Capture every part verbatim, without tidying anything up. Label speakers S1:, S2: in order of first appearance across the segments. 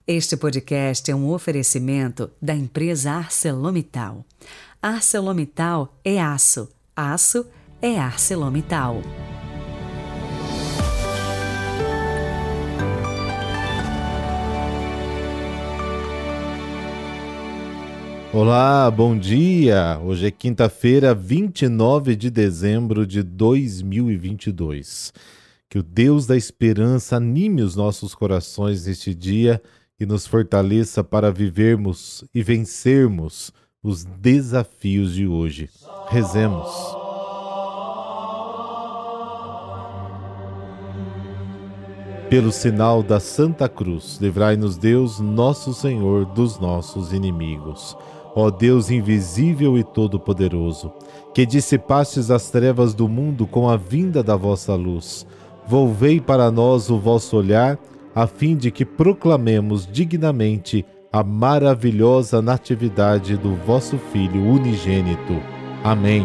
S1: Este podcast é um oferecimento da empresa ArcelorMittal. ArcelorMittal é aço, aço é ArcelorMittal.
S2: Olá, bom dia! Hoje é quinta-feira, vinte e nove de dezembro de dois mil e vinte e dois. Que o Deus da esperança anime os nossos corações neste dia e nos fortaleça para vivermos e vencermos os desafios de hoje. Rezemos. Pelo sinal da Santa Cruz, livrai-nos Deus, nosso Senhor, dos nossos inimigos. Ó Deus invisível e todo-poderoso, que dissipastes as trevas do mundo com a vinda da vossa luz, volvei para nós o vosso olhar, a fim de que proclamemos dignamente a maravilhosa natividade do vosso Filho unigênito. Amém.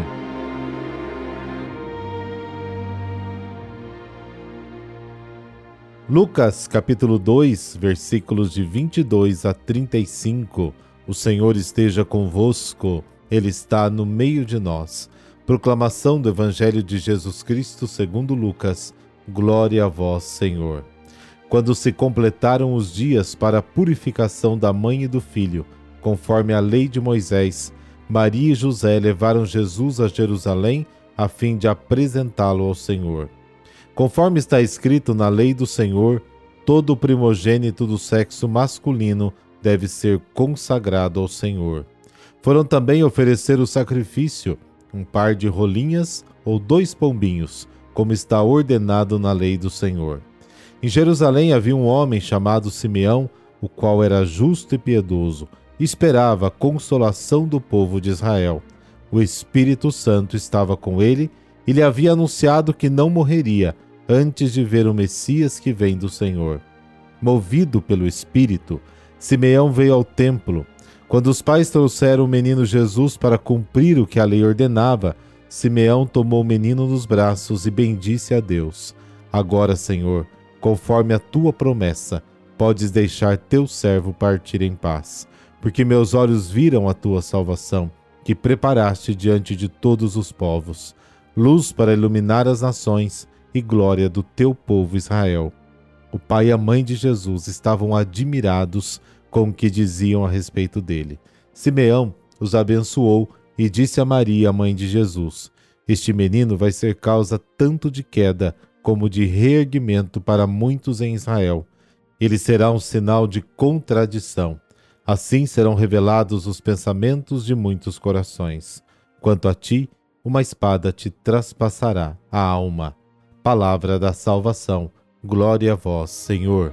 S2: Lucas, capítulo dois, versículos de vinte e dois a trinta e cinco. O Senhor esteja convosco, Ele está no meio de nós. Proclamação do Evangelho de Jesus Cristo segundo Lucas. Glória a vós, Senhor. Quando se completaram os dias para a purificação da mãe e do filho, conforme a lei de Moisés, Maria e José levaram Jesus a Jerusalém a fim de apresentá-lo ao Senhor. Conforme está escrito na lei do Senhor, todo primogênito do sexo masculino deve ser consagrado ao Senhor. Foram também oferecer o sacrifício, um par de rolinhas ou dois pombinhos, como está ordenado na lei do Senhor. Em Jerusalém havia um homem chamado Simeão, o qual era justo e piedoso, e esperava a consolação do povo de Israel. O Espírito Santo estava com ele e lhe havia anunciado que não morreria antes de ver o Messias que vem do Senhor. Movido pelo Espírito, Simeão veio ao templo. Quando os pais trouxeram o menino Jesus para cumprir o que a lei ordenava, Simeão tomou o menino nos braços e bendisse a Deus. Agora, Senhor, conforme a tua promessa, podes deixar teu servo partir em paz, porque meus olhos viram a tua salvação, que preparaste diante de todos os povos, luz para iluminar as nações e glória do teu povo Israel. O pai e a mãe de Jesus estavam admirados com o que diziam a respeito dele. Simeão os abençoou e disse a Maria, a mãe de Jesus: este menino vai ser causa tanto de queda como de reerguimento para muitos em Israel. Ele será um sinal de contradição. Assim serão revelados os pensamentos de muitos corações. Quanto a ti, uma espada te traspassará a alma. Palavra da salvação. Glória a vós, Senhor.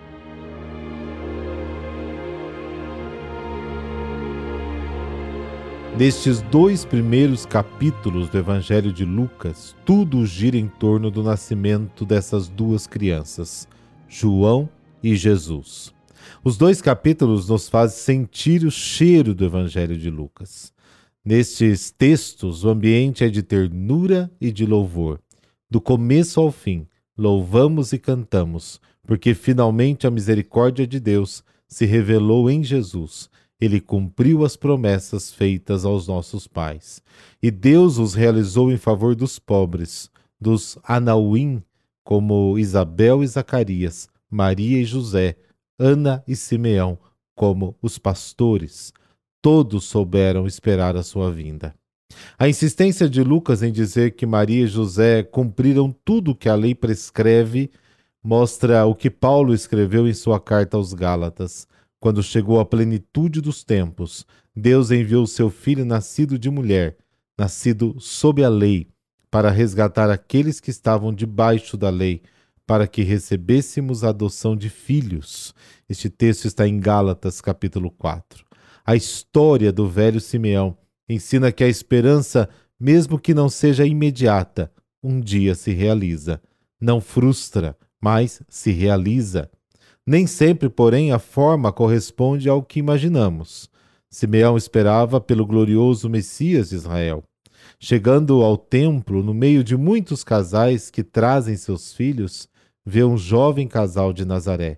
S2: Nestes dois primeiros capítulos do Evangelho de Lucas, tudo gira em torno do nascimento dessas duas crianças, João e Jesus. Os dois capítulos nos fazem sentir o cheiro do Evangelho de Lucas. Nestes textos, o ambiente é de ternura e de louvor. Do começo ao fim, louvamos e cantamos, porque finalmente a misericórdia de Deus se revelou em Jesus. Ele cumpriu as promessas feitas aos nossos pais. E Deus os realizou em favor dos pobres, dos Anauim, como Isabel e Zacarias, Maria e José, Ana e Simeão, como os pastores. Todos souberam esperar a sua vinda. A insistência de Lucas em dizer que Maria e José cumpriram tudo o que a lei prescreve mostra o que Paulo escreveu em sua carta aos Gálatas. Quando chegou a plenitude dos tempos, Deus enviou seu Filho nascido de mulher, nascido sob a lei, para resgatar aqueles que estavam debaixo da lei, para que recebêssemos a adoção de filhos. Este texto está em Gálatas, capítulo quatro. A história do velho Simeão ensina que a esperança, mesmo que não seja imediata, um dia se realiza. Não frustra, mas se realiza. Nem sempre, porém, a forma corresponde ao que imaginamos. Simeão esperava pelo glorioso Messias de Israel. Chegando ao templo, no meio de muitos casais que trazem seus filhos, vê um jovem casal de Nazaré.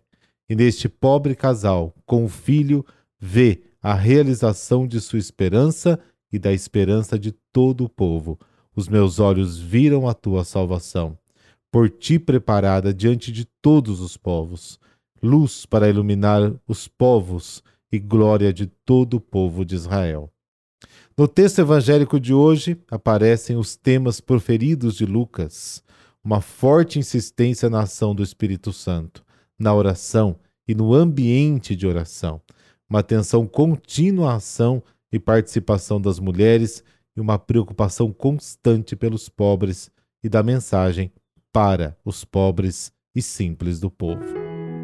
S2: e neste pobre casal, com o filho, vê a realização de sua esperança e da esperança de todo o povo. Os meus olhos viram a tua salvação, por ti preparada diante de todos os povos, luz para iluminar os povos e glória de todo o povo de Israel. No texto evangélico de hoje aparecem os temas proferidos de Lucas, uma forte insistência na ação do Espírito Santo, na oração e no ambiente de oração, uma atenção contínua à ação e participação das mulheres e uma preocupação constante pelos pobres e da mensagem para os pobres e simples do povo.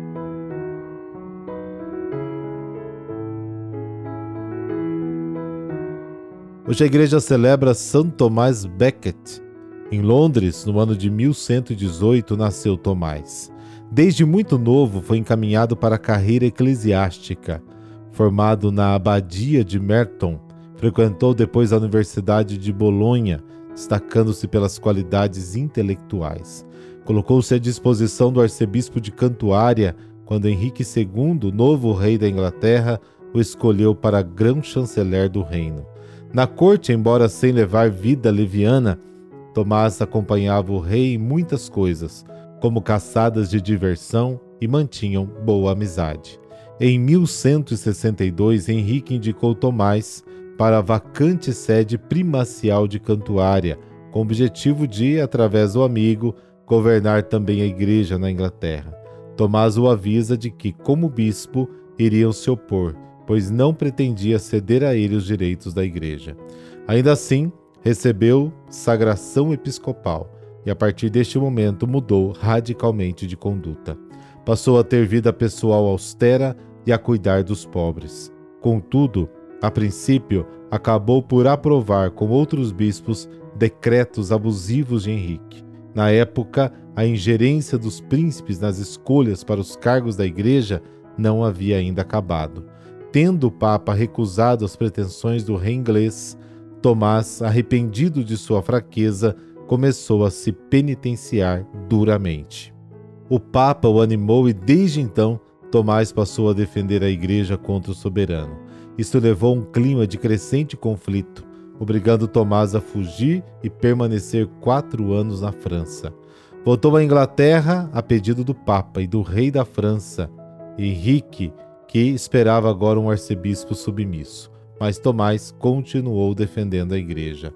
S2: Hoje a igreja celebra Santo Tomás Becket. Em Londres, no ano de mil cento e dezoito, nasceu Tomás. Desde muito novo foi encaminhado para a carreira eclesiástica. Formado na abadia de Merton, frequentou depois a Universidade de Bolonha, destacando-se pelas qualidades intelectuais. Colocou-se à disposição do arcebispo de Cantuária quando Henrique segundo, novo rei da Inglaterra, o escolheu para grão-chanceler do reino. Na corte, embora sem levar vida leviana, Tomás acompanhava o rei em muitas coisas, como caçadas de diversão, e mantinham boa amizade. Em mil cento e sessenta e dois, Henrique indicou Tomás para a vacante sede primacial de Cantuária, com o objetivo de, através do amigo, governar também a igreja na Inglaterra. Tomás o avisa de que, como bispo, iriam se opor, pois não pretendia ceder a ele os direitos da igreja. Ainda assim, recebeu sagração episcopal e, a partir deste momento, mudou radicalmente de conduta. Passou a ter vida pessoal austera e a cuidar dos pobres. Contudo, a princípio, acabou por aprovar com outros bispos decretos abusivos de Henrique. Na época, a ingerência dos príncipes nas escolhas para os cargos da igreja não havia ainda acabado. Tendo o Papa recusado as pretensões do rei inglês, Tomás, arrependido de sua fraqueza, começou a se penitenciar duramente. O Papa o animou e, desde então, Tomás passou a defender a igreja contra o soberano. Isso levou a um clima de crescente conflito, obrigando Tomás a fugir e permanecer quatro anos na França. Voltou à Inglaterra a pedido do Papa e do rei da França, Henrique, que esperava agora um arcebispo submisso. Mas Tomás continuou defendendo a igreja.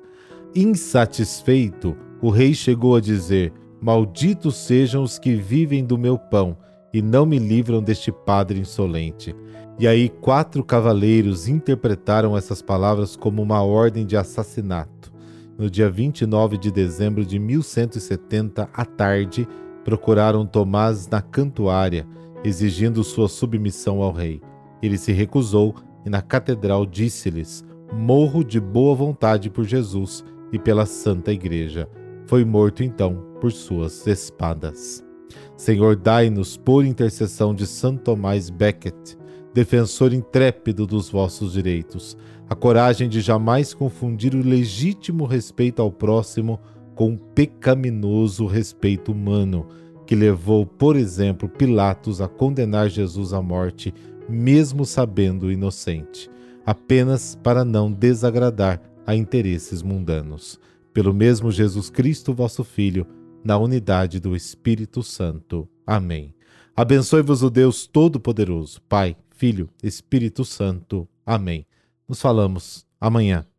S2: Insatisfeito, o rei chegou a dizer: "Malditos sejam os que vivem do meu pão e não me livram deste padre insolente." E aí quatro cavaleiros interpretaram essas palavras como uma ordem de assassinato. No dia vinte e nove de dezembro de mil cento e setenta, à tarde, procuraram Tomás na Cantuária, exigindo sua submissão ao rei. Ele se recusou e na catedral disse-lhes: "Morro de boa vontade por Jesus e pela Santa Igreja." Foi morto então por suas espadas. Senhor, dai-nos, por intercessão de Santo Tomás Becket, defensor intrépido dos vossos direitos, a coragem de jamais confundir o legítimo respeito ao próximo com o pecaminoso respeito humano, que levou, por exemplo, Pilatos a condenar Jesus à morte, mesmo sabendo inocente, apenas para não desagradar a interesses mundanos. Pelo mesmo Jesus Cristo, vosso Filho, na unidade do Espírito Santo. Amém. Abençoe-vos o Deus Todo-Poderoso, Pai, Filho, Espírito Santo. Amém. Nos falamos amanhã.